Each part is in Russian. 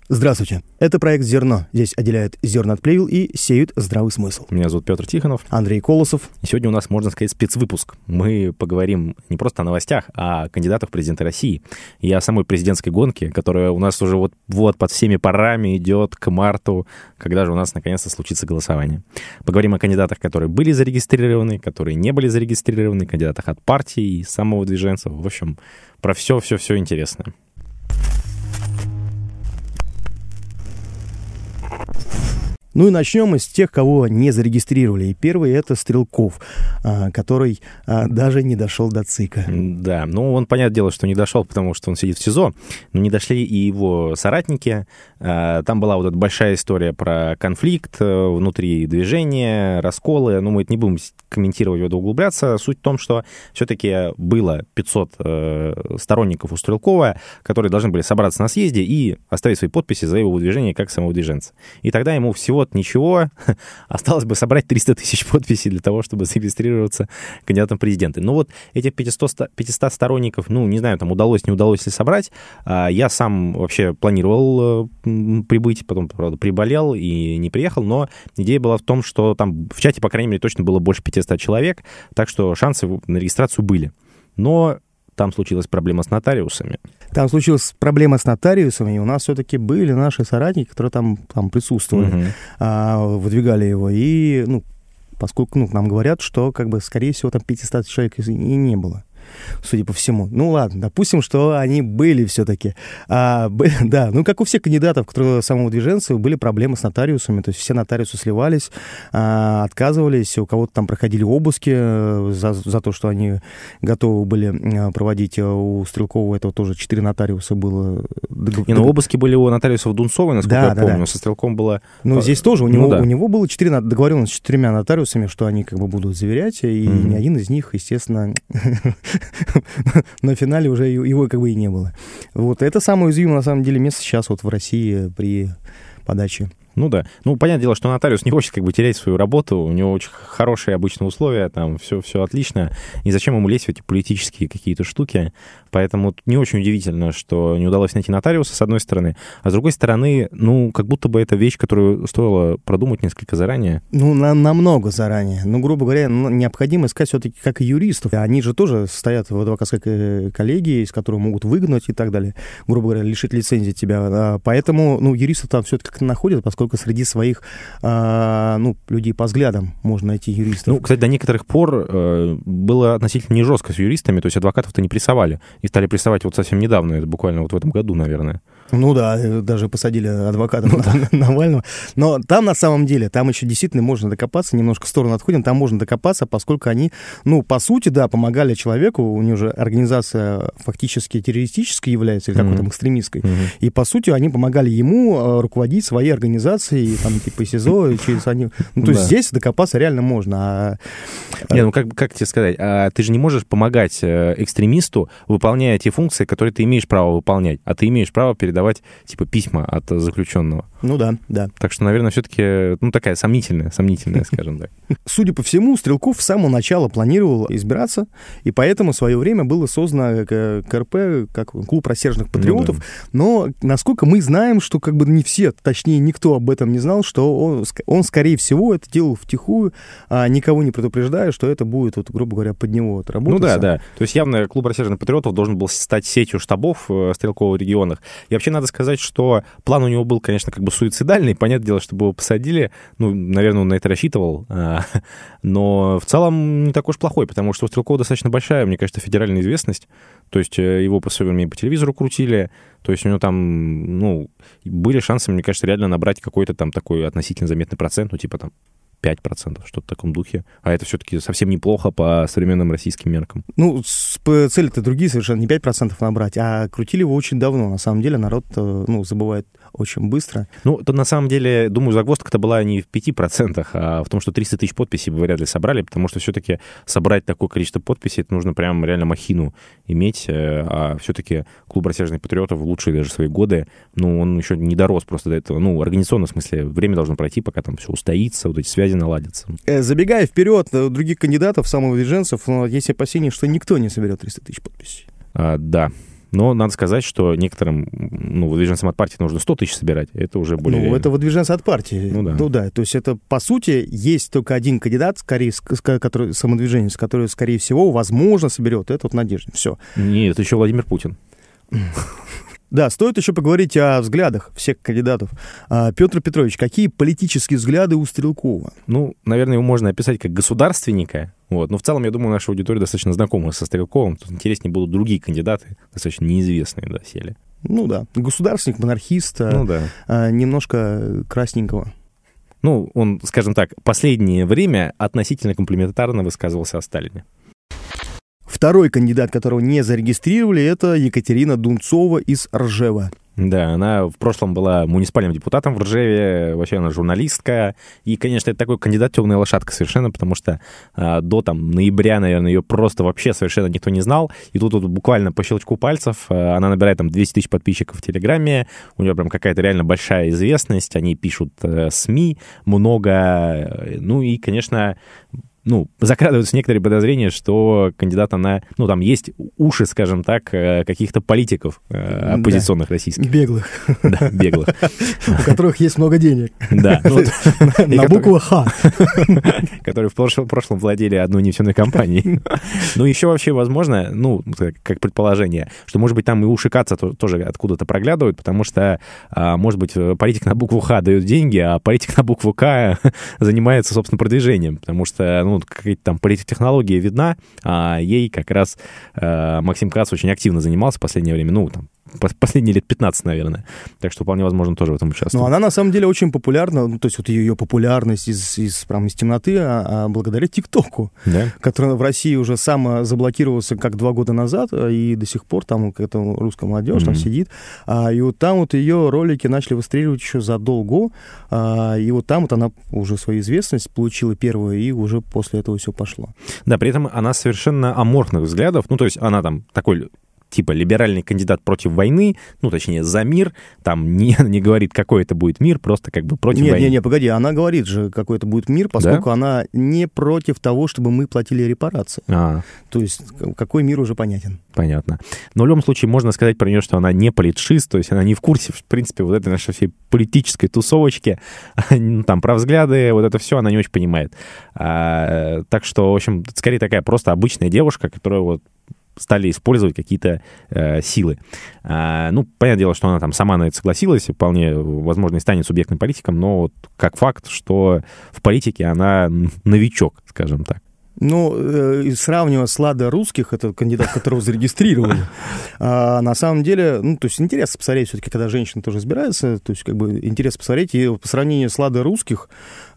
Здравствуйте. Это проект «Зерно». Здесь отделяют зерна от плевел и сеют здравый смысл. Меня зовут Петр Тихонов. Андрей Колосов. И сегодня у нас, можно сказать, спецвыпуск. Мы поговорим не просто о новостях, а о кандидатах в президенты России и о самой президентской гонке, которая у нас уже вот под всеми парами идет к марту, когда же у нас наконец-то случится голосование. Поговорим о кандидатах, которые были зарегистрированы, которые не были зарегистрированы, кандидатах от партии и самовыдвиженцев. В общем, про все-все-все интересное. Ну и начнем мы с тех, кого не зарегистрировали. И первый — это Стрелков, который даже не дошел до ЦИКа. Да, ну он, понятное дело, что не дошел, потому что он сидит в СИЗО, но не дошли и его соратники. Там была вот эта большая история про конфликт внутри движения, расколы. Ну, мы это не будем комментировать, в это углубляться. Суть в том, что все-таки было 500 сторонников у Стрелкова, которые должны были собраться на съезде и оставить свои подписи за его выдвижение как самовыдвиженца. И тогда ему всего ничего, осталось бы собрать 300 тысяч подписей для того, чтобы зарегистрироваться кандидатом в президенты. Ну вот этих 500 сторонников, ну, не знаю, там удалось, не удалось ли собрать. Я сам вообще планировал прибыть, потом, правда, приболел и не приехал, но идея была в том, что там в чате, по крайней мере, точно было больше 500 человек, так что шансы на регистрацию были. Но там случилась проблема с нотариусами. Там случилась проблема с нотариусами, и у нас все-таки были наши соратники, которые там присутствовали, выдвигали его. И, поскольку нам говорят, что, скорее всего, там 500 человек и не было, судя по всему. Ну, ладно, допустим, что они были все-таки. Да, как у всех кандидатов, которые самовыдвиженцы, были проблемы с нотариусами, то есть все нотариусы сливались, отказывались, у кого-то там проходили обыски за то, что они готовы были проводить. У Стрелкова этого тоже 4 нотариуса было. Обыски были у нотариусов Дунцовой, насколько я помню, со Стрелковым было... Ну, здесь тоже у него было 4 договоренности с 4 нотариусами, что они будут заверять, и ни один из них, естественно... На финале уже его и не было. Вот это самое уязвимое, на самом деле, место сейчас в России при подаче. Ну да. Ну, понятное дело, что нотариус не хочет терять свою работу, у него очень хорошие обычные условия, там все отлично, и зачем ему лезть в эти политические какие-то штуки, поэтому не очень удивительно, что не удалось найти нотариуса, с одной стороны, а с другой стороны, как будто бы это вещь, которую стоило продумать несколько заранее. Намного заранее. Грубо говоря, необходимо искать все-таки как и юристов. Они же тоже стоят в адвокатской коллегии, из которой могут выгнать и так далее, грубо говоря, лишить лицензии тебя. Поэтому, юристов там все-таки как-то находят, поскольку среди своих людей по взглядам можно найти юристов. Кстати, до некоторых пор было относительно не жестко с юристами, то есть адвокатов-то не прессовали. И стали прессовать совсем недавно, это буквально в этом году, наверное. Ну да, даже посадили адвоката Навального. Но там на самом деле, там еще действительно можно докопаться, немножко в сторону отходим, там можно докопаться, поскольку они, по сути, да, помогали человеку, у них же организация фактически террористической является, или какой-то экстремистской, и по сути они помогали ему руководить своей организацией, и там типа СИЗО, и через они... то есть здесь докопаться реально можно. Как тебе сказать, ты же не можешь помогать экстремисту, выполняя те функции, которые ты имеешь право выполнять, а ты имеешь право передавать, письма от заключенного. Ну да. Так что, наверное, все-таки, такая сомнительная, скажем так. Судя по всему, Стрелков с самого начала планировал избираться, и поэтому в свое время было создано КРП, как клуб рассерженных патриотов, но, насколько мы знаем, что не все, точнее, никто об этом не знал, что он скорее всего, это делал втихую, никого не предупреждая, что это будет, грубо говоря, под него работать. Да. То есть явно клуб рассерженных патриотов должен был стать сетью штабов Стрелкова в регионах. И вообще надо сказать, что план у него был, конечно, суицидальный. Понятное дело, чтобы его посадили. Наверное, он на это рассчитывал. Но в целом не такой уж плохой, потому что у Стрелкова достаточно большая, мне кажется, федеральная известность. То есть его по своему времени по телевизору крутили. То есть у него там, были шансы, мне кажется, реально набрать какой-то там такой относительно заметный процент, 5%, что-то в таком духе. А это все-таки совсем неплохо по современным российским меркам. Цели-то другие совершенно, не 5% набрать, а крутили его очень давно. На самом деле народ, забывает очень быстро. То на самом деле, думаю, загвоздка-то была не в 5%, а в том, что 300 тысяч подписей бы вряд ли собрали, потому что все-таки собрать такое количество подписей, это нужно прям реально махину иметь, а все-таки клуб рассерженных патриотов в лучшие даже свои годы, он еще не дорос просто до этого. Организационно, в смысле, время должно пройти, пока там все устоится, эти связи наладятся. Забегая вперед, других кандидатов, самовыдвиженцев, есть опасения, что никто не соберет 300 тысяч подписей. Да. Но надо сказать, что некоторым выдвиженцам от партии нужно 100 тысяч собирать. Это уже более... это выдвиженцы от партии. Ну да. То есть это, по сути, есть только один кандидат, который самодвиженец, который, скорее всего, возможно, соберет. Это вот Надеждин. Все. Нет, это еще Владимир Путин. Да, стоит еще поговорить о взглядах всех кандидатов. Петр Петрович, какие политические взгляды у Стрелкова? Наверное, его можно описать как государственника. Но в целом, я думаю, наша аудитория достаточно знакома со Стрелковым. Тут интереснее будут другие кандидаты, достаточно неизвестные доселе. Государственник, монархист, немножко красненького. Он, скажем так, последнее время относительно комплиментарно высказывался о Сталине. Второй кандидат, которого не зарегистрировали, это Екатерина Дунцова из Ржева. Да, она в прошлом была муниципальным депутатом в Ржеве, вообще она журналистка. И, конечно, это такой кандидат темная лошадка совершенно, потому что до ноября, наверное, ее просто вообще совершенно никто не знал. И тут буквально по щелчку пальцев она набирает 200 тысяч подписчиков в Телеграме, у нее прям какая-то реально большая известность, они пишут СМИ много. И, конечно... закрадываются некоторые подозрения, что кандидат она... там есть уши, скажем так, каких-то политиков оппозиционных российских. Беглых. Да, беглых. У которых есть много денег. Да. На букву «Х». Которые в прошлом владели одной нефтяной компанией. Еще вообще возможно, как предположение, что, может быть, там и уши Каца тоже откуда-то проглядывают, потому что, может быть, политик на букву «Х» дает деньги, а политик на букву «К» занимается, собственно, продвижением, потому что, какая-то там политтехнология видна, а ей как раз Максим Кац очень активно занимался в последнее время, последние лет 15, наверное. Так что вполне возможно тоже в этом участвовать. Она на самом деле очень популярна, то есть ее популярность из темноты, благодаря ТикТоку, да? Который в России уже сам заблокировался как 2 года назад, и до сих пор там какая-то русская молодежь там сидит, и там ее ролики начали выстреливать еще задолго, и там она уже свою известность получила первую, и уже после этого все пошло. Да, при этом она совершенно аморфных взглядов, то есть она там такой... типа либеральный кандидат против войны, точнее, за мир, там не говорит, какой это будет мир, просто как бы против войны. Нет, погоди, она говорит же, какой это будет мир, поскольку она не против того, чтобы мы платили репарации. То есть какой мир уже понятен. Понятно. Но в любом случае можно сказать про нее, что она не политшист, то есть она не в курсе, в принципе, вот этой нашей всей политической тусовочки, там про взгляды, вот это все она не очень понимает. Так что, в общем, скорее такая просто обычная девушка, которая стали использовать какие-то силы. Понятное дело, что она там сама на это согласилась, вполне, возможно, и станет субъектным политиком, но как факт, что в политике она новичок, скажем так. Сравнивая с Ладой Русских, это кандидат, которого зарегистрировали, на самом деле, то есть интересно посмотреть все-таки, когда женщина тоже избирается, то есть интересно посмотреть, и по сравнению с Ладой Русских,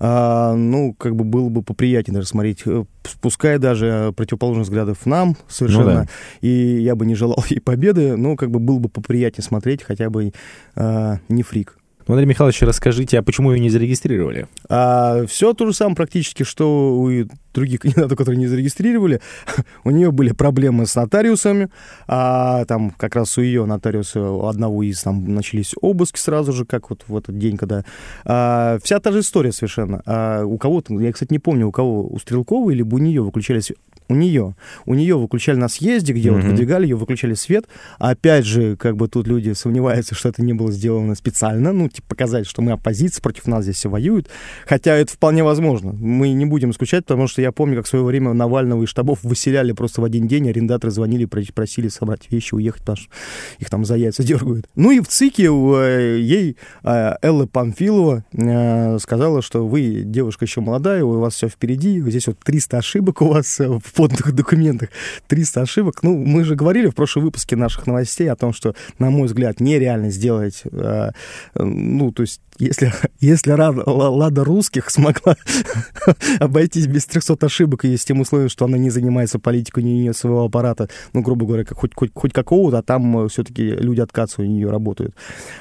было бы поприятнее даже смотреть, пускай даже противоположных взглядов нам совершенно, и я бы не желал ей победы, но было бы поприятнее смотреть, хотя бы не фрик. Андрей Михайлович, расскажите, а почему ее не зарегистрировали? Все то же самое практически, что у других кандидатов, которые не зарегистрировали. У нее были проблемы с нотариусами, там как раз у ее нотариуса, у одного из, там начались обыски сразу же, как в этот день, когда... Вся та же история совершенно. У кого-то, я, кстати, не помню, у кого, у Стрелкова или у нее выключались... У нее выключали на съезде, где выдвигали ее, выключали свет. Опять же, тут люди сомневаются, что это не было сделано специально, показать, что мы оппозиция, против нас здесь все воюют. Хотя это вполне возможно. Мы не будем исключать, потому что я помню, как в свое время Навального из штабов выселяли просто в один день, арендаторы звонили, просили собрать вещи, уехать, потому что их там за яйца дергают. И в ЦИКе ей Элла Памфилова сказала, что вы, девушка еще молодая, у вас все впереди, здесь 300 ошибок у вас в подных документах, 300 ошибок. Мы же говорили в прошлом выпуске наших новостей о том, что, на мой взгляд, нереально сделать, то есть если Лада Русских смогла обойтись без 300 ошибок и с тем условием, что она не занимается политикой, не имеет своего аппарата, грубо говоря, хоть какого-то, а там все-таки люди от Каца у нее работают,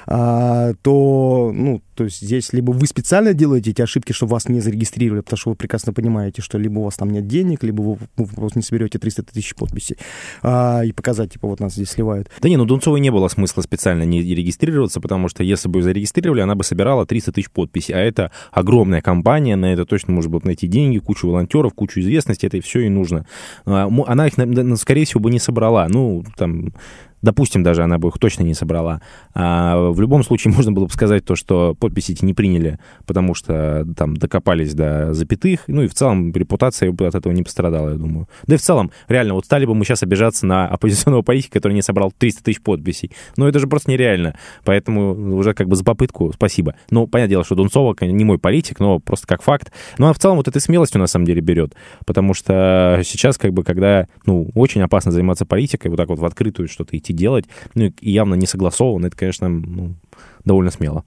то есть здесь либо вы специально делаете эти ошибки, чтобы вас не зарегистрировали, потому что вы прекрасно понимаете, что либо у вас там нет денег, либо вы просто не соберете 300 тысяч подписей и показать, нас здесь сливают. Да Дунцовой не было смысла специально не регистрироваться, потому что если бы ее зарегистрировали, она бы собирала 300 тысяч подписей, а это огромная кампания, на это точно можно было найти деньги, кучу волонтеров, кучу известности, это все и нужно. Она их, скорее всего, бы не собрала, допустим, даже она бы их точно не собрала. В любом случае можно было бы сказать то, что подписи эти не приняли, потому что там докопались до запятых, ну и в целом репутация бы от этого не пострадала, я думаю. Да и в целом, реально, вот стали бы мы сейчас обижаться на оппозиционного политика, который не собрал 300 тысяч подписей. Ну это же просто нереально. Поэтому уже как бы за попытку спасибо. Ну, понятное дело, что Дунцова не мой политик, но просто как факт. Ну а в целом вот этой смелостью на самом деле берет, потому что сейчас как бы, когда, ну, очень опасно заниматься политикой, вот так вот в открытую что-то идти делать, ну и явно не согласовано, это, конечно, ну, довольно смело.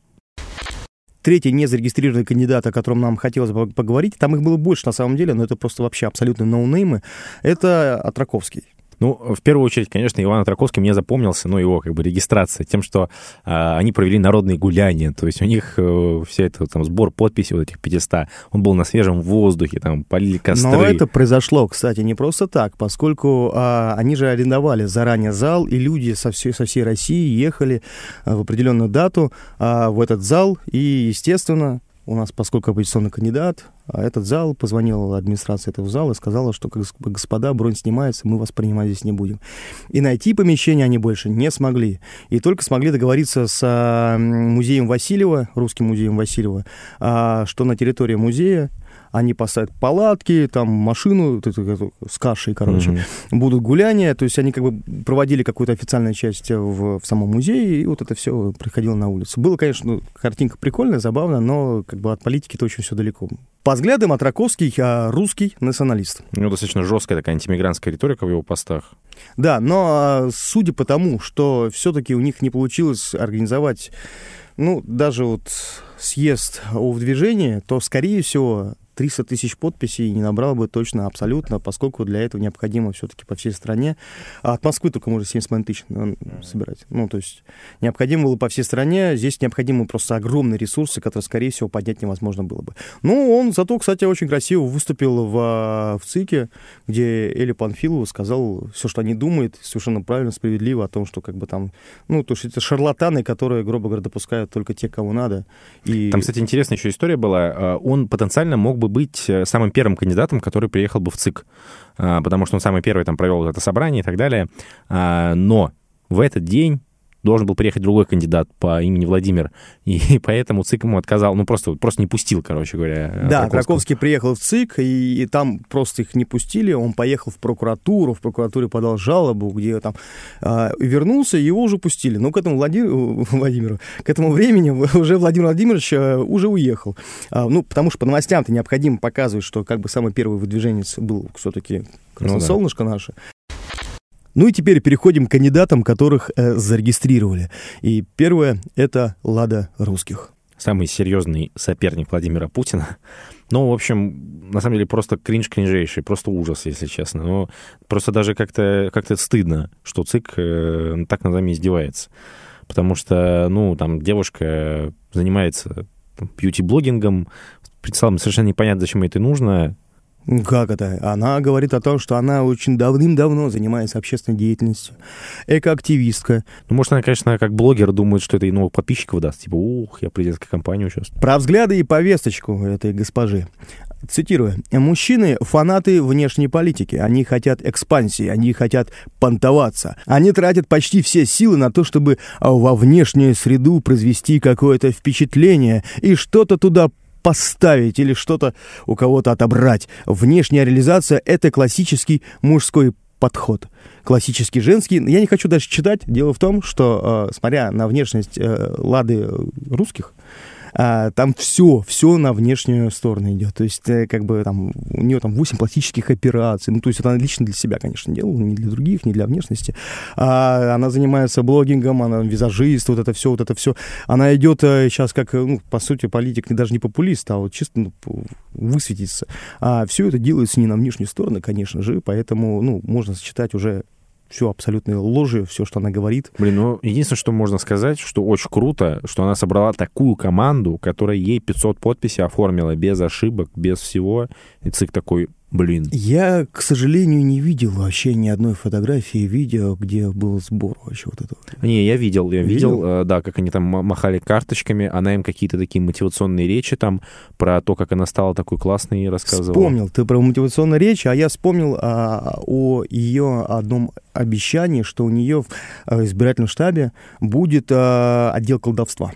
Третий незарегистрированный кандидат, о котором нам хотелось бы поговорить, там их было больше на самом деле, но это просто вообще абсолютно ноунеймы, это Отраковский. Ну, в первую очередь, конечно, Иван Отраковский мне запомнился, ну, его как бы регистрация тем, что они провели народные гуляния, то есть у них вся эта там сбор подписей вот этих 500, он был на свежем воздухе, там полили костры. Но это произошло, кстати, не просто так, поскольку они же арендовали заранее зал, и люди со всей России ехали в определенную дату в этот зал, и, естественно, у нас, поскольку оппозиционный кандидат, этот зал, позвонила администрация этого зала и сказала, что, господа, бронь снимается, мы вас принимать здесь не будем. И найти помещение они больше не смогли. И только смогли договориться с музеем Васильева, русским музеем Васильева, что на территории музея они поставят палатки, там машину с кашей, короче, будут гуляния, то есть они как бы проводили какую-то официальную часть в самом музее, и вот это все приходило на улицу. Было, конечно, картинка прикольная, забавная, но как бы от политики это очень все далеко. По взглядам Отраковский русский националист. У него достаточно жесткая такая антимигрантская риторика в его постах. Да, но судя по тому, что все-таки у них не получилось организовать, ну, даже вот съезд о движении, то, скорее всего, 300 тысяч подписей не набрал бы точно абсолютно, поскольку для этого необходимо все-таки по всей стране. А от Москвы только можно 70 тысяч собирать. Ну, то есть необходимо было по всей стране. Здесь необходимы просто огромные ресурсы, которые, скорее всего, поднять невозможно было бы. Ну, он зато, кстати, очень красиво выступил в ЦИКе, где Эля Панфилова сказал все, что они думают, совершенно правильно, справедливо, о том, что как бы там, ну, то есть это шарлатаны, которые, грубо говоря, допускают только те, кому надо. И... Там, кстати, интересная еще история была. Он потенциально мог бы быть самым первым кандидатом, который приехал бы в ЦИК, потому что он самый первый там провел это собрание и так далее. Но в этот день должен был приехать другой кандидат по имени Владимир, и поэтому ЦИК ему отказал, ну, просто не пустил, короче говоря. Да, Отраковский приехал в ЦИК, и там просто их не пустили, он поехал в прокуратуру, в прокуратуре подал жалобу, где там вернулся, его уже пустили. Но к этому Владимиру, к этому времени уже Владимир Владимирович уже уехал. Ну, потому что по новостям-то необходимо показывать, что как бы самый первый выдвиженец был все-таки солнышко наше. Ну и теперь переходим к кандидатам, которых зарегистрировали. И первое — это Лада Русских. Самый серьезный соперник Владимира Путина. Ну, в общем, на самом деле просто кринж кринжейший, просто ужас, если честно. Но просто даже как-то стыдно, что ЦИК так над нами издевается. Потому что, ну, там девушка занимается бьюти-блогингом, в целом совершенно непонятно, зачем ей это нужно. Как это? Она говорит о том, что она очень давным-давно занимается общественной деятельностью, экоактивистка. Ну, может, она, конечно, как блогер думает, что это и новых подписчиков даст. Типа, я в президентской кампании участвую. Про взгляды и повесточку этой госпожи. Цитирую. «Мужчины — фанаты внешней политики. Они хотят экспансии, они хотят понтоваться. Они тратят почти все силы на то, чтобы во внешнюю среду произвести какое-то впечатление и что-то туда поставить или что-то у кого-то отобрать. Внешняя реализация — это классический мужской подход. Классический женский. Я не хочу даже читать. Дело в том, что, смотря на внешность Лады Русских, там все на внешнюю сторону идет. То есть, как бы там у нее там 8 пластических операций. Ну, то есть, это она лично для себя, конечно, делала, не для других, не для внешности. Она занимается блогингом, она визажист, вот это все. Она идет сейчас как, ну, по сути, политик, даже не популист, а вот чисто высветиться. А все это делается не на внешнюю сторону, конечно же, поэтому, ну, можно сочетать уже все абсолютно ложи, все, что она говорит. Блин, ну, единственное, что можно сказать, что очень круто, что она собрала такую команду, которая ей 500 подписей оформила без ошибок, без всего. И ЦИК такой, Блин. Я, к сожалению, не видел вообще ни одной фотографии, видео, где был сбор вообще вот этого. Не, я видел, да, как они там махали карточками, она им какие-то такие мотивационные речи там про то, как она стала такой классной, рассказывала. Вспомнил ты про мотивационную речь, а я вспомнил о ее одном обещании, что у нее в избирательном штабе будет отдел колдовства.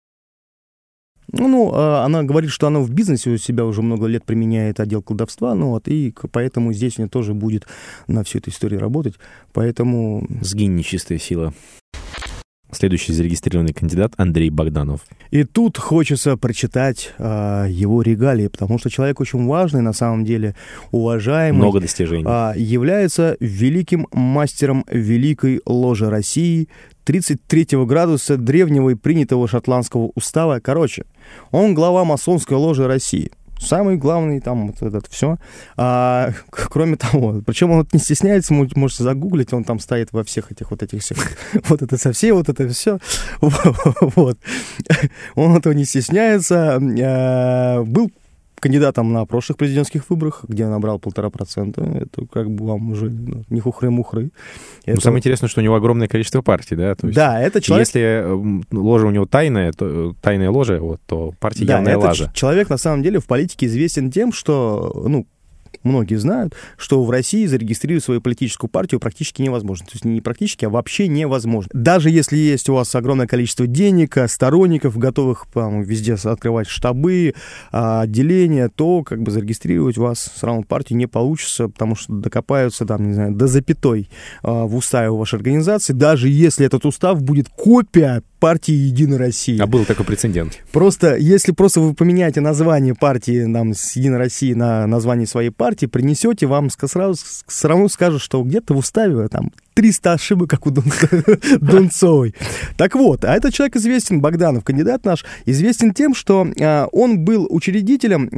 Она говорит, что она в бизнесе у себя уже много лет применяет отдел колдовства, и поэтому здесь у нее тоже будет на всю эту историю работать, поэтому... Сгинь, нечистая сила. Следующий зарегистрированный кандидат Андрей Богданов. И тут хочется прочитать его регалии, потому что человек очень важный, на самом деле, уважаемый. Много достижений. Является великим мастером Великой Ложи России, 33-го градуса древнего и принятого шотландского устава. Короче, он глава масонской ложи России. Самый главный там вот это все. Кроме того, причем он не стесняется, можете загуглить, он там стоит во всех этих всех. Вот это со всей, вот это все. Вот. Он этого не стесняется. Был кандидатом на прошлых президентских выборах, где набрал 1,5%. Это как бы вам уже не хухры-мухры. Самое интересное, что у него огромное количество партий, да? То есть, да, это человек... Если ложа у него тайная, тайная ложа, то партия явная лажа. Человек, на самом деле, в политике известен тем, что, многие знают, что в России зарегистрировать свою политическую партию практически невозможно. То есть не практически, а вообще невозможно. Даже если есть у вас огромное количество денег, сторонников, готовых везде открывать штабы, отделения, то зарегистрировать вас все равно партию не получится, потому что докопаются до запятой в уставе вашей организации, даже если этот устав будет копия партии «Единая Россия». А был такой прецедент. Если вы поменяете название партии с «Единой России» на название своей партии, принесете, вам сразу равно скажут, что где-то в уставе 300 ошибок, как у Донцовой. Так вот, а этот человек известен, Богданов, кандидат наш, известен тем, что он был учредителем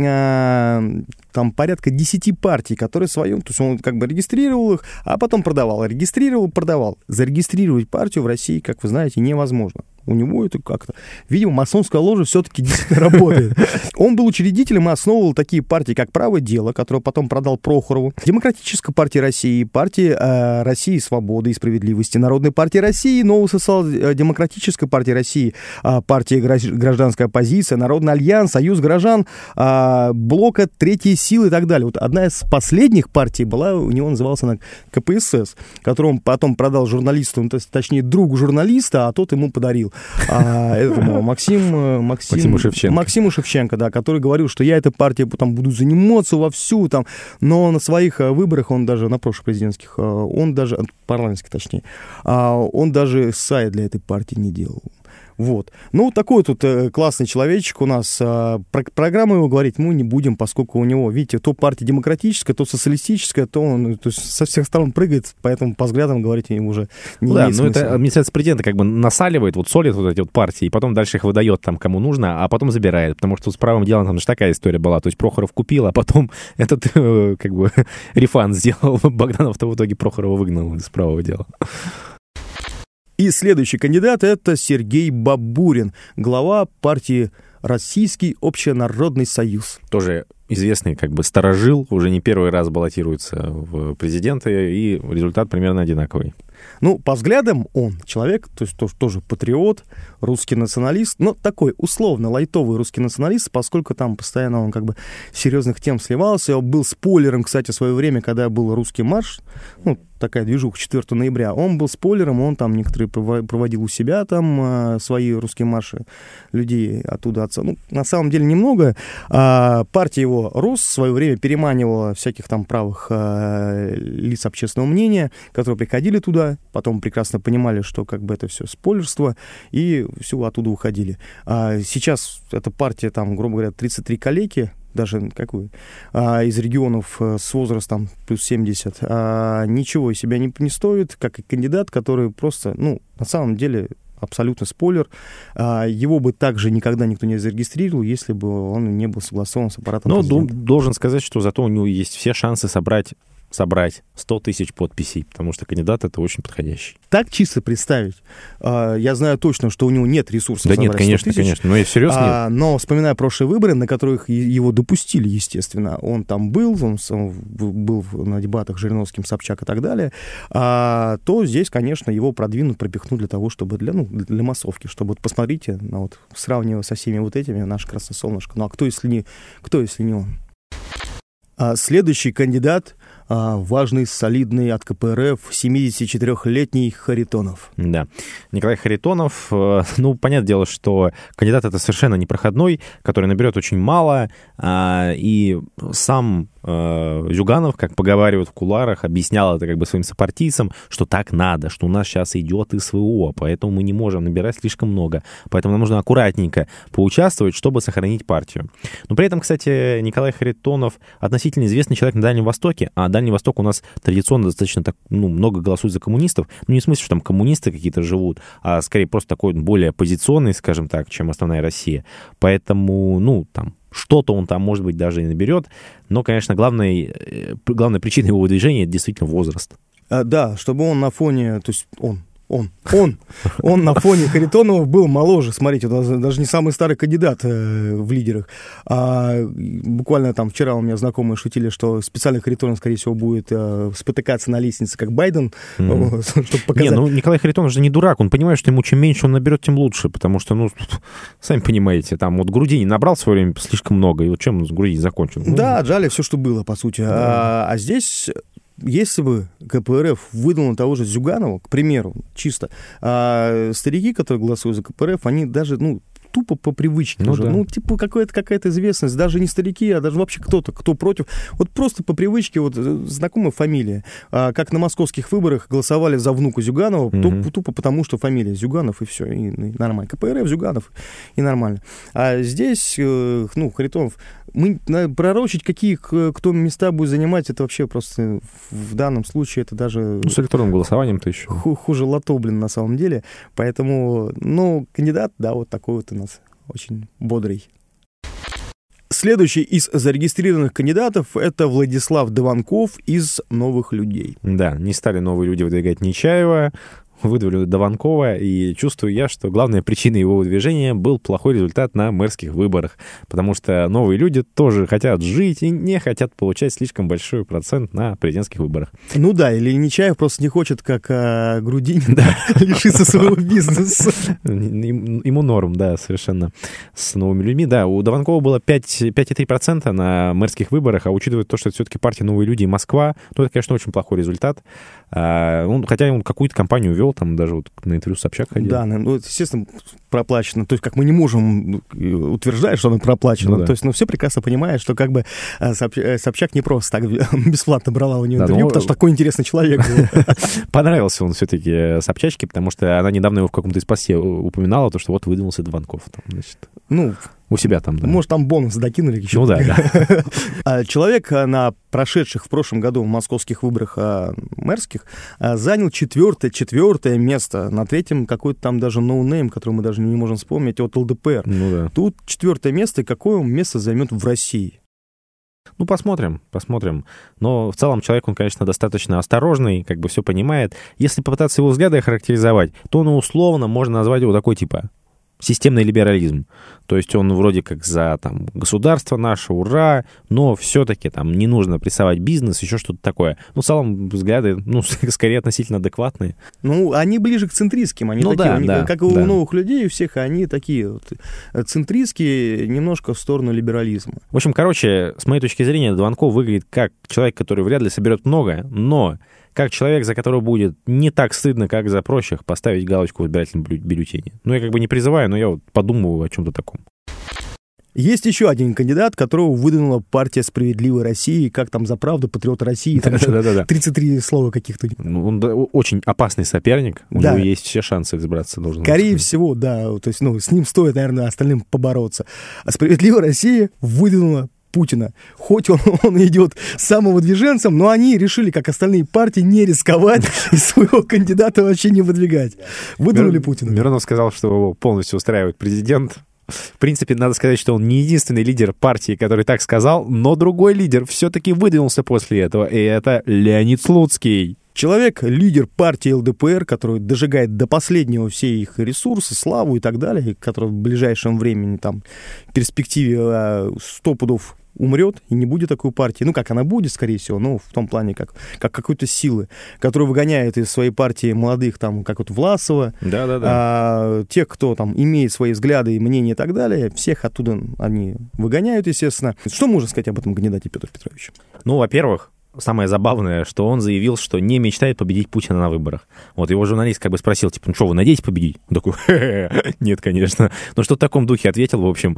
порядка 10 партий, которые то есть он регистрировал их, а потом продавал, регистрировал, продавал. Зарегистрировать партию в России, как вы знаете, невозможно. У него это как-то... Видимо, масонская ложа все-таки действительно работает. Он был учредителем и основывал такие партии, как «Правое дело», которое потом продал Прохорову, Демократическая партия России, партия России Свободы и Справедливости, Народная партия России, Новая социал-демократическая партия России, партия Гражданская оппозиция, Народный альянс, Союз горожан, Блока, Третья сила и так далее. Вот одна из последних партий была, у него называлась она КПСС, которую он потом продал журналисту, точнее, другу журналиста, а тот ему подарил. Максиму Шевченко, да, который говорил, что я этой партией буду заниматься вовсю, но на своих выборах он даже, на прошлых президентских, парламентских точнее, он даже сайт для этой партии не делал. Вот. Такой тут классный человечек у нас. Про программу его говорить мы не будем, поскольку у него, видите, то партия демократическая, то социалистическая, то он со всех сторон прыгает, поэтому по взглядам говорить ему уже не имеет смысла. Это администрация президента насаливает, солит эти партии, и потом дальше их выдает кому нужно, а потом забирает, потому что с правым делом там же такая история была, то есть Прохоров купил, а потом этот рефанд сделал, Богданов-то в итоге Прохорова выгнал из правого дела. И следующий кандидат — это Сергей Бабурин, глава партии «Российский общенародный союз». Тоже известный старожил, уже не первый раз баллотируется в президенты, и результат примерно одинаковый. По взглядам он человек, то есть тоже патриот, русский националист, но такой условно лайтовый русский националист, поскольку там постоянно он серьезных тем сливался. Он был спойлером, кстати, в свое время, когда был русский марш, такая движуха 4 ноября, он был спойлером, он некоторые проводил у себя свои русские марши, людей оттуда отца. На самом деле немного. Партия его РОС в свое время переманивала всяких правых лиц общественного мнения, которые приходили туда, потом прекрасно понимали, что это все спойлерство, и все оттуда уходили. Сейчас эта партия, грубо говоря, 33 калеки, даже из регионов с возрастом плюс 70, ничего из себя не стоит, как и кандидат, который просто, на самом деле, абсолютно спойлер. Его бы также никогда никто не зарегистрировал, если бы он не был согласован с аппаратом президента. Должен сказать, что зато у него есть все шансы собрать собрать 100 тысяч подписей, потому что кандидат это очень подходящий. Так чисто представить. Я знаю точно, что у него нет ресурсов. Да нет, конечно, конечно. Но я всерьез нет. Но вспоминая прошлые выборы, на которых его допустили, естественно, он там был, он был на дебатах с Жириновским, Собчак и так далее, то здесь, конечно, его продвинут, пропихнут для того, чтобы для массовки, чтобы вот посмотрите, сравнивая со всеми вот этими, наше красное солнышко. Ну а кто, если не он? Следующий кандидат, важный, солидный от КПРФ, 74-летний Харитонов. Да, Николай Харитонов, понятное дело, что кандидат это совершенно непроходной, который наберет очень мало, и сам Зюганов, как поговаривают в кулуарах, объяснял это как бы своим сопартийцам, что так надо, что у нас сейчас идет СВО, поэтому мы не можем набирать слишком много, поэтому нам нужно аккуратненько поучаствовать, чтобы сохранить партию. Но при этом, кстати, Николай Харитонов относительно известный человек на Дальнем Востоке, а Дальний Восток у нас традиционно достаточно много голосует за коммунистов, не в смысле, что там коммунисты какие-то живут, а скорее просто такой более оппозиционный, скажем так, чем основная Россия. Поэтому, что-то он там, может быть, даже и наберет. Но, конечно, главная причина его выдвижения — это действительно возраст. Да, чтобы он на фоне... То есть он на фоне Харитонова был моложе. Смотрите, даже не самый старый кандидат в лидерах. Буквально там вчера у меня знакомые шутили, что специально Харитонов, скорее всего, будет спотыкаться на лестнице, как Байден, чтобы показать... Николай Харитонов же не дурак. Он понимает, что ему чем меньше он наберет, тем лучше. Потому что, сами понимаете, там Грудинин набрал в свое время слишком много. И чем он с Грудинин закончил? Да, отжали все, что было, по сути. Да. А здесь... Если бы КПРФ выдал на того же Зюганова, к примеру, чисто, старики, которые голосуют за КПРФ, они даже, тупо по привычке уже. Да. Какая-то известность, даже не старики, а даже вообще кто-то, кто против. Вот просто по привычке, знакомая фамилия. Как на московских выборах голосовали за внука Зюганова, тупо потому, что фамилия Зюганов, и все, и нормально. КПРФ, Зюганов, и нормально. А здесь, Харитонов, пророчить, кто места будет занимать, это вообще просто в данном случае, это даже... С электронным голосованием-то еще. Хуже лото, на самом деле. Поэтому, кандидат, да, вот такой вот у нас очень бодрый. Следующий из зарегистрированных кандидатов — это Владислав Дованков из «Новых людей». Да, не стали новые люди выдвигать Нечаева, выдвинули Дованкова, и чувствую я, что главная причина его выдвижения был плохой результат на мэрских выборах, потому что новые люди тоже хотят жить и не хотят получать слишком большой процент на президентских выборах. Или Нечаев просто не хочет, как Грудинин, лишиться своего бизнеса. Ему норм, да, совершенно, с новыми людьми. Да, у Дованкова было 5,3% на мэрских выборах, а учитывая то, что это все-таки партия «Новые люди» и Москва, это, конечно, очень плохой результат. Хотя он какую-то кампанию вел, там даже на интервью с Собчак ходил. Да, естественно, проплачено. То есть, как мы не можем утверждать, что оно проплачено. То есть, все прекрасно понимают, что как бы Собчак не просто так бесплатно брала у нее интервью, потому что такой интересный человек был. Понравился он все-таки Собчачке, потому что она недавно его в каком-то из посте упоминала, то, что выдвинулся Дованков. У себя там, да. Может, там бонус докинули еще. Да. Человек на прошедших в прошлом году московских выборах мэрских занял четвертое место. На третьем какой-то там даже ноунейм, который мы даже не можем вспомнить, от ЛДПР. Да. Тут четвертое место, и какое он место займет в России? Посмотрим. Но в целом человек, он, конечно, достаточно осторожный, как бы все понимает. Если попытаться его взгляды охарактеризовать, то условно можно назвать его такой системный либерализм. То есть он вроде как за государство наше, ура, но все-таки не нужно прессовать бизнес, еще что-то такое. В целом взгляды, скорее относительно адекватные. Они ближе к центристским. Они как и у новых людей, у всех они такие центристские, немножко в сторону либерализма. В общем, с моей точки зрения, Дованков выглядит как человек, который вряд ли соберет много, но как человек, за которого будет не так стыдно, как за прочих, поставить галочку в избирательном бюллетене. Я не призываю, но я подумываю о чем-то таком. Есть еще один кандидат, которого выдвинула партия «Справедливой России», как там «За правду», «Патриот России», там 33 слова каких-то. Он очень опасный соперник, у него есть все шансы избраться. Скорее всего, да, то есть с ним стоит, наверное, остальным побороться. А «Справедливая Россия» выдвинула Путина. Хоть он идет самовыдвиженцем, но они решили, как остальные партии, не рисковать и своего кандидата вообще не выдвигать. Выдвинули Путина. Миронов сказал, что его полностью устраивает президент. В принципе, надо сказать, что он не единственный лидер партии, который так сказал, но другой лидер все-таки выдвинулся после этого, и это Леонид Слуцкий. Человек, лидер партии ЛДПР, который дожигает до последнего все их ресурсы, славу и так далее, который в ближайшем времени, там, в перспективе 100 пудов умрет, и не будет такой партии. Ну, как она будет, скорее всего, но в том плане, как какой-то силы, которая выгоняет из своей партии молодых, там, как вот Власова, тех, кто там имеет свои взгляды и мнения и так далее, всех оттуда они выгоняют, естественно. Что можно сказать об этом кандидате Петре Петровиче? Ну, во-первых, самое забавное, что он заявил, что не мечтает победить Путина на выборах. Вот его журналист как бы спросил, типа, ну что, вы надеетесь победить? Он такой, нет, конечно. Но что в таком духе ответил, в общем,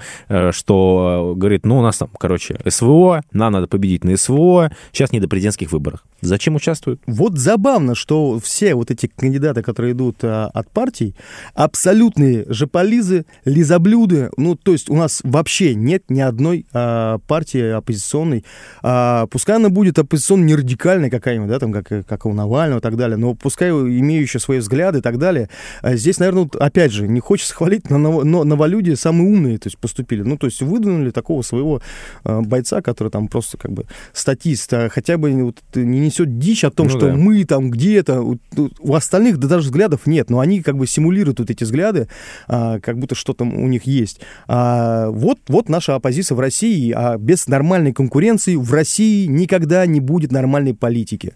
что, говорит, ну, у нас там, короче, СВО, нам надо победить на СВО, сейчас не до президентских выборов. Зачем участвуют? Вот забавно, что все вот эти кандидаты, которые идут от партий, абсолютные жополизы, лизоблюды. Ну, то есть у нас вообще нет ни одной партии оппозиционной. Пускай она будет оппозиционной, не радикальная какая-нибудь, да, там, как у Навального и так далее, но пускай имеющая свои взгляды и так далее. Здесь, наверное, опять же, не хочется хвалить, но новолюдие самые умные, то есть, поступили. Ну, то есть выдвинули такого своего бойца, который там просто как бы статист, хотя бы вот, не несет дичь о том, ну, что да, мы там где-то, у остальных да даже взглядов нет, но они как бы симулируют вот эти взгляды, как будто что-то у них есть. Вот наша оппозиция в России, а без нормальной конкуренции в России никогда не будет нормальной политики.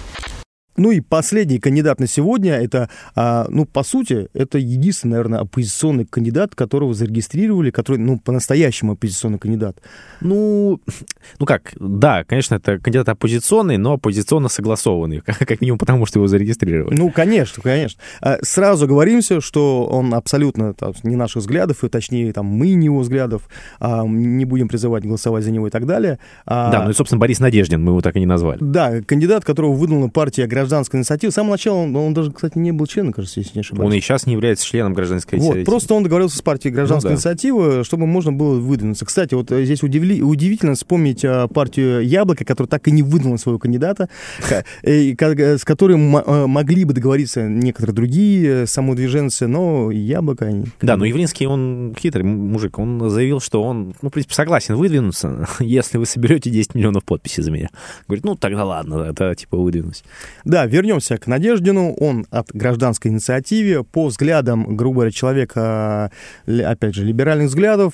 Ну и последний кандидат на сегодня, это, ну, по сути, это единственный, наверное, оппозиционный кандидат, которого зарегистрировали, который, ну, по-настоящему оппозиционный кандидат. Ну как, да, конечно, это кандидат оппозиционный, но оппозиционно согласованный, как минимум потому, что его зарегистрировали. Ну, конечно. Сразу говоримся, что он абсолютно там, не наших взглядов, и точнее, там, мы не его взглядов, не будем призывать голосовать за него и так далее. Да, ну и, собственно, Борис Надеждин, мы его так и не назвали. Да, кандидат, которого выдвинула партия «Гражданская инициатива». С самого начала он даже, кстати, не был членом, кажется, если не ошибаюсь. Он и сейчас не является членом гражданской инициативы. Вот, просто он договорился с партией «Гражданская инициатива», чтобы можно было выдвинуться. Кстати, вот здесь удивительно вспомнить партию «Яблоко», которая так и не выдвинула своего кандидата, с которой могли бы договориться некоторые другие самодвиженцы, но «Яблоко». Да, но Явлинский, он хитрый мужик, он заявил, что он, ну, в принципе, согласен выдвинуться, если вы соберете 10 миллионов подписей за меня. Говорит, ну, тогда ладно, это типа выдвинусь. Да, вернемся к Надеждину. Он от «Гражданской инициативы». По взглядам, грубо говоря, человека, опять же, либеральных взглядов,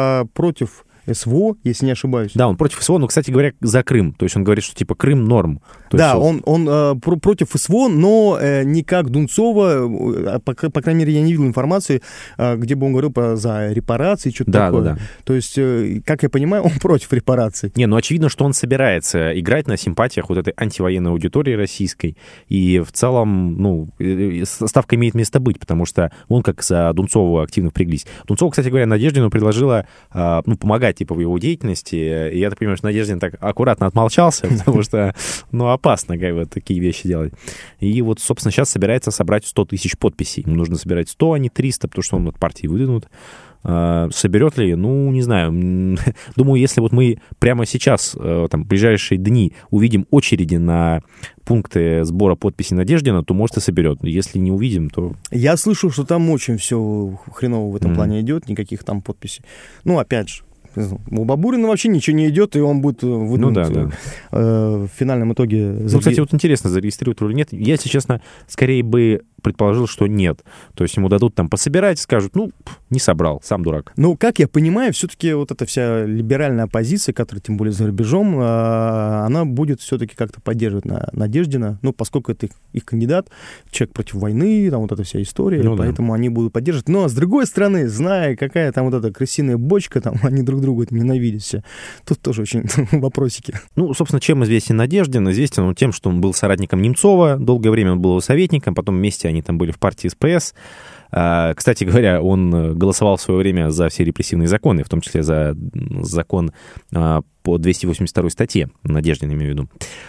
против СВО, если не ошибаюсь. Да, он против СВО, но, кстати говоря, за Крым. То есть он говорит, что типа Крым норм. Да, он против СВО, но не как Дунцова. По крайней мере, я не видел информации, где бы он говорил за репарации, что-то такое. Да. То есть, как я понимаю, он против репараций. Не, ну очевидно, что он собирается играть на симпатиях вот этой антивоенной аудитории российской. И в целом, ну, ставка имеет место быть, потому что он как за Дунцову активно впряглись. Дунцова, кстати говоря, Надеждину предложила, ну, помогать типа в его деятельности, и я так понимаю, что Надеждин так аккуратно отмолчался, потому что, ну, опасно как бы такие вещи делать. И вот, собственно, сейчас собирается собрать 100 тысяч подписей. Ему нужно собирать 100, а не 300, потому что он от партии выдвинут. Соберет ли? Ну, не знаю. Думаю, если вот мы прямо сейчас, там, в ближайшие дни увидим очереди на пункты сбора подписей Надеждина, то, может, и соберет. Если не увидим, то... Я слышал, что там очень все хреново в этом плане идет, никаких там подписей. Ну, опять же, у Бабурина вообще ничего не идет, и он будет выдвинут в финальном итоге. Ну, кстати, вот интересно, зарегистрируют или нет. Я, если честно, скорее бы предположил, что нет. То есть ему дадут там пособирать, скажут, ну, не собрал, сам дурак. Ну, как я понимаю, все-таки вот эта вся либеральная оппозиция, которая тем более за рубежом, она будет все-таки как-то поддерживать Надеждина, ну, поскольку это их кандидат, человек против войны, там вот эта вся история, ну, поэтому они будут поддерживать. Но, с другой стороны, зная, какая там вот эта крысиная бочка, там они друг друга ненавидят все, тут тоже очень вопросики. Ну, собственно, чем известен Надеждин? Известен он тем, что он был соратником Немцова, долгое время он был его советником, потом вместе они там были в партии СПС. Кстати говоря, он голосовал в свое время за все репрессивные законы, в том числе за закон по 282 статье, Надеждин, имею в виду.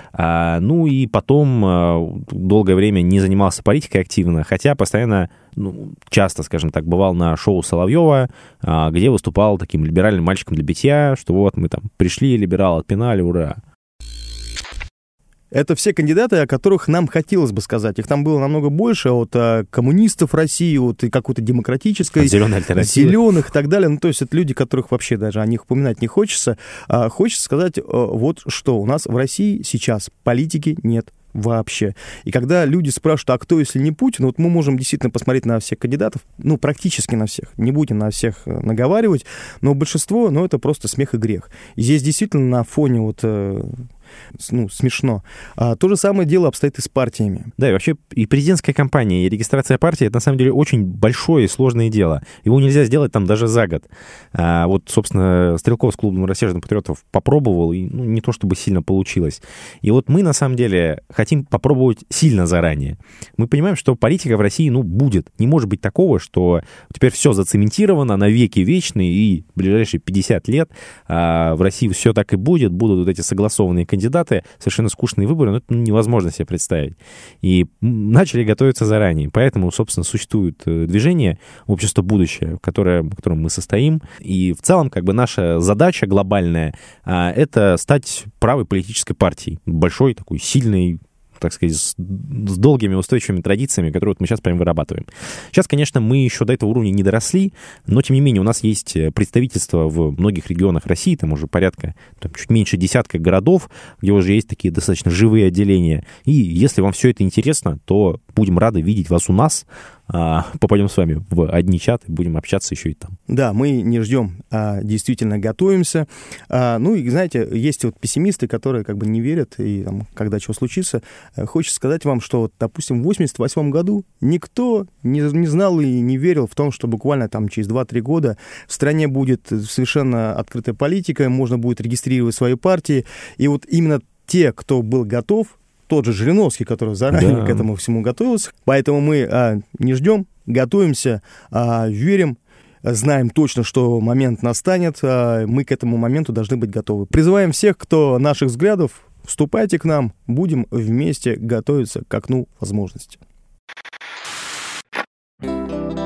Ну и потом долгое время не занимался политикой активно, хотя постоянно, ну, часто, скажем так, бывал на шоу Соловьева, где выступал таким либеральным мальчиком для битья, что вот мы там пришли, либерал отпинали, ура. это все кандидаты, о которых нам хотелось бы сказать. Их там было намного больше, от коммунистов России, от какой-то демократической, зеленых и так далее. Ну, то есть это люди, которых вообще даже о них упоминать не хочется. Хочется сказать вот что. У нас в России сейчас политики нет вообще. И когда люди спрашивают, а кто, если не Путин, вот мы можем действительно посмотреть на всех кандидатов, ну, практически на всех, не будем на всех наговаривать, но большинство, ну, это просто смех и грех. И здесь действительно на фоне вот... ну, смешно. То же самое дело обстоит и с партиями. Да, и вообще и президентская кампания, и регистрация партии — это на самом деле очень большое и сложное дело. Его нельзя сделать там даже за год. Вот, собственно, Стрелков с клубом рассерженных патриотов попробовал, и ну, не то чтобы сильно получилось. И вот мы, на самом деле, хотим попробовать сильно заранее. Мы понимаем, что политика в России, ну, будет. Не может быть такого, что теперь все зацементировано на веки вечные, и в ближайшие 50 лет в России все так и будет, будут вот эти согласованные кандидаты, совершенно скучные выборы, но это невозможно себе представить. И начали готовиться заранее. Поэтому, собственно, существует движение «Общество будущее», в котором мы состоим. И в целом, как бы наша задача глобальная — это стать правой политической партией, большой, такой сильной, так сказать, с долгими устойчивыми традициями, которые вот мы сейчас прям вырабатываем. Сейчас, конечно, мы еще до этого уровня не доросли, но, тем не менее, у нас есть представительство в многих регионах России, там уже порядка, там, чуть меньше десятка городов, где уже есть такие достаточно живые отделения. И если вам все это интересно, то будем рады видеть вас у нас. Попадем с вами в одни чаты, будем общаться еще и там. Да, мы не ждем, а действительно готовимся. Ну и, знаете, есть вот пессимисты, которые как бы не верят, и там, когда чего случится, хочется сказать вам, что, вот, допустим, в 1988 году никто не знал и не верил в том, что буквально там через 2-3 года в стране будет совершенно открытая политика, можно будет регистрировать свои партии, и вот именно те, кто был готов, тот же Жириновский, который заранее к этому всему готовился. Поэтому мы не ждем, готовимся, верим, знаем точно, что момент настанет. Мы к этому моменту должны быть готовы. Призываем всех, кто наших взглядов, вступайте к нам, будем вместе готовиться к окну возможностей.